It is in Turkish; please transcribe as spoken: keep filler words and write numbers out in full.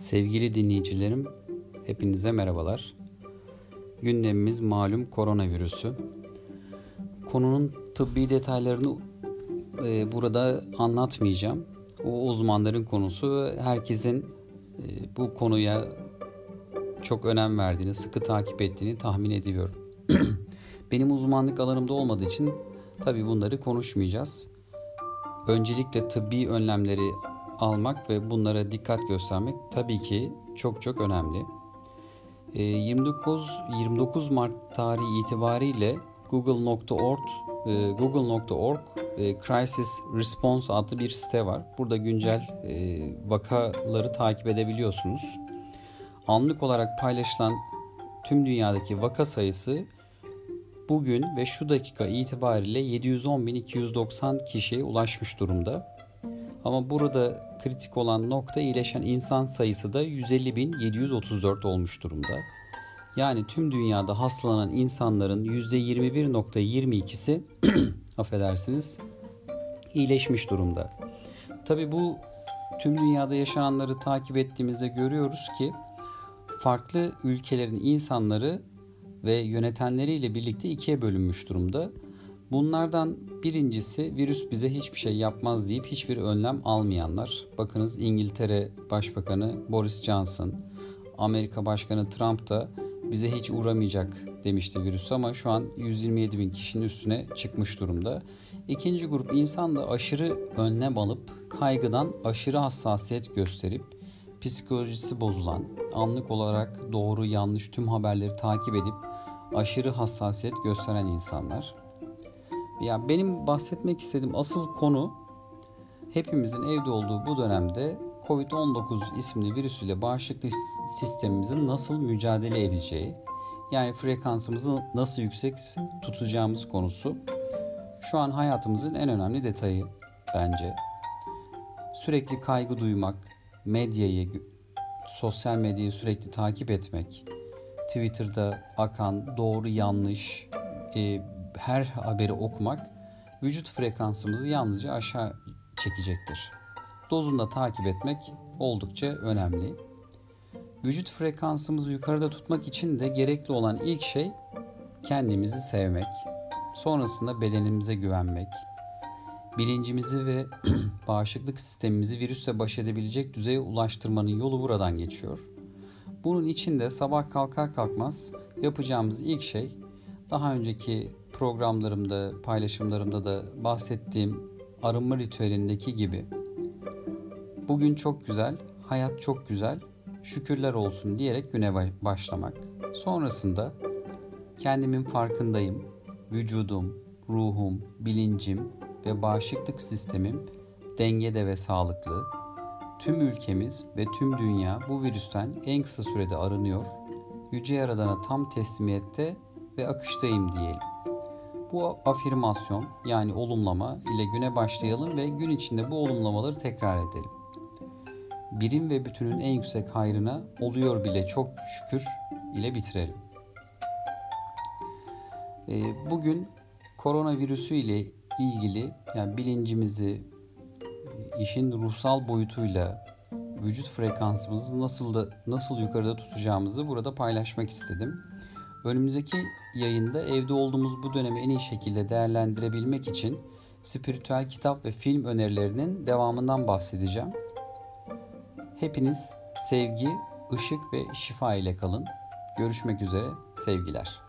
Sevgili dinleyicilerim, hepinize merhabalar. Gündemimiz malum koronavirüsü. Konunun tıbbi detaylarını e, burada anlatmayacağım. O uzmanların konusu, herkesin e, bu konuya çok önem verdiğini, sıkı takip ettiğini tahmin ediyorum. Benim uzmanlık alanımda olmadığı için tabii bunları konuşmayacağız. Öncelikle tıbbi önlemleri almak ve bunlara dikkat göstermek tabii ki çok çok önemli. yirmi dokuz yirmi dokuz Mart tarihi itibariyle google nokta org google nokta org Crisis Response adlı bir site var. Burada güncel vakaları takip edebiliyorsunuz. Anlık olarak paylaşılan tüm dünyadaki vaka sayısı bugün ve şu dakika itibariyle yedi yüz on bin iki yüz doksan kişiye ulaşmış durumda. Ama burada kritik olan nokta, iyileşen insan sayısı da yüz elli bin yedi yüz otuz dört olmuş durumda. Yani tüm dünyada hastalanan insanların yüzde yirmi bir virgül yirmi ikisi affedersiniz iyileşmiş durumda. Tabii bu tüm dünyada yaşananları takip ettiğimizde görüyoruz ki farklı ülkelerin insanları ve yönetenleriyle birlikte ikiye bölünmüş durumda. Bunlardan birincisi virüs bize hiçbir şey yapmaz deyip hiçbir önlem almayanlar. Bakınız İngiltere Başbakanı Boris Johnson, Amerika Başkanı Trump da bize hiç uğramayacak demişti virüs ama şu an yüz yirmi yedi bin kişinin üstüne çıkmış durumda. İkinci grup insan da aşırı önlem alıp kaygıdan aşırı hassasiyet gösterip psikolojisi bozulan, anlık olarak doğru yanlış tüm haberleri takip edip aşırı hassasiyet gösteren insanlar. Ya benim bahsetmek istediğim asıl konu, hepimizin evde olduğu bu dönemde kovid on dokuz isimli virüsüyle bağışıklık sistemimizin nasıl mücadele edeceği, yani frekansımızı nasıl yüksek tutacağımız konusu şu an hayatımızın en önemli detayı bence. Sürekli kaygı duymak, medyayı, sosyal medyayı sürekli takip etmek, Twitter'da akan doğru yanlış e, her haberi okumak vücut frekansımızı yalnızca aşağı çekecektir. Dozunu da takip etmek oldukça önemli. Vücut frekansımızı yukarıda tutmak için de gerekli olan ilk şey kendimizi sevmek, sonrasında bedenimize güvenmek, bilincimizi ve bağışıklık sistemimizi virüsle baş edebilecek düzeye ulaştırmanın yolu buradan geçiyor. Bunun için de sabah kalkar kalkmaz yapacağımız ilk şey, daha önceki programlarımda, paylaşımlarımda da bahsettiğim arınma ritüelindeki gibi, bugün çok güzel, hayat çok güzel, şükürler olsun diyerek güne başlamak. Sonrasında kendimin farkındayım, vücudum, ruhum, bilincim ve bağışıklık sistemim dengede ve sağlıklı. Tüm ülkemiz ve tüm dünya bu virüsten en kısa sürede arınıyor. Yüce Yaradan'a tam teslimiyette ve akıştayım diyelim. Bu afirmasyon, yani olumlama ile güne başlayalım ve gün içinde bu olumlamaları tekrar edelim. Birim ve bütünün en yüksek hayrına oluyor bile çok şükür ile bitirelim. Bugün koronavirüsü ile ilgili, yani bilincimizi, işin ruhsal boyutuyla vücut frekansımızı nasıl da nasıl yukarıda tutacağımızı burada paylaşmak istedim. Önümüzdeki yayında evde olduğumuz bu dönemi en iyi şekilde değerlendirebilmek için spiritüel kitap ve film önerilerinin devamından bahsedeceğim. Hepiniz sevgi, ışık ve şifa ile kalın. Görüşmek üzere, sevgiler.